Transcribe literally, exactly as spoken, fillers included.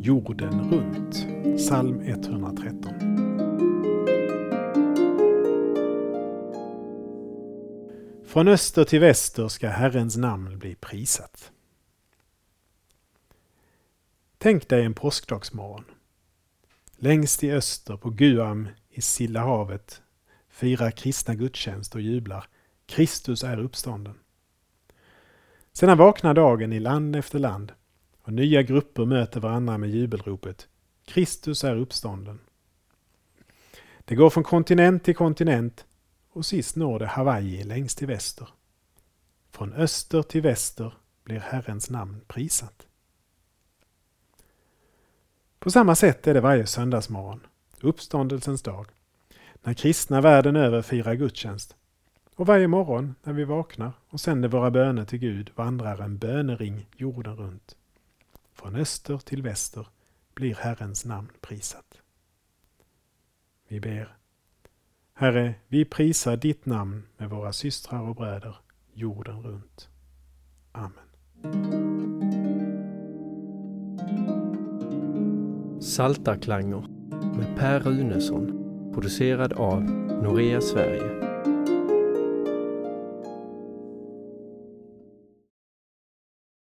Jorden runt. Psalm etthundratretton. Från öster till väster ska Herrens namn bli prisat. Tänk dig en påskdagsmorgon. Längst i öster på Guam i Stilla havet firar kristna gudstjänst och jublar. Kristus är uppstånden. Sedan vaknar dagen i land efter land och nya grupper möter varandra med jubelropet Kristus är uppstånden. Det går från kontinent till kontinent och sist når det Hawaii längst till väster. Från öster till väster blir Herrens namn prisat. På samma sätt är det varje söndagsmorgon, uppståndelsens dag, när kristna världen över firar gudstjänst. Och varje morgon när vi vaknar och sänder våra böner till Gud vandrar en bönering jorden runt. Från öster till väster blir Herrens namn prisat. Vi ber. Herre, vi prisar ditt namn med våra systrar och bröder jorden runt. Amen. Saltarklanger med Per Runesson, producerad av Norea Sverige.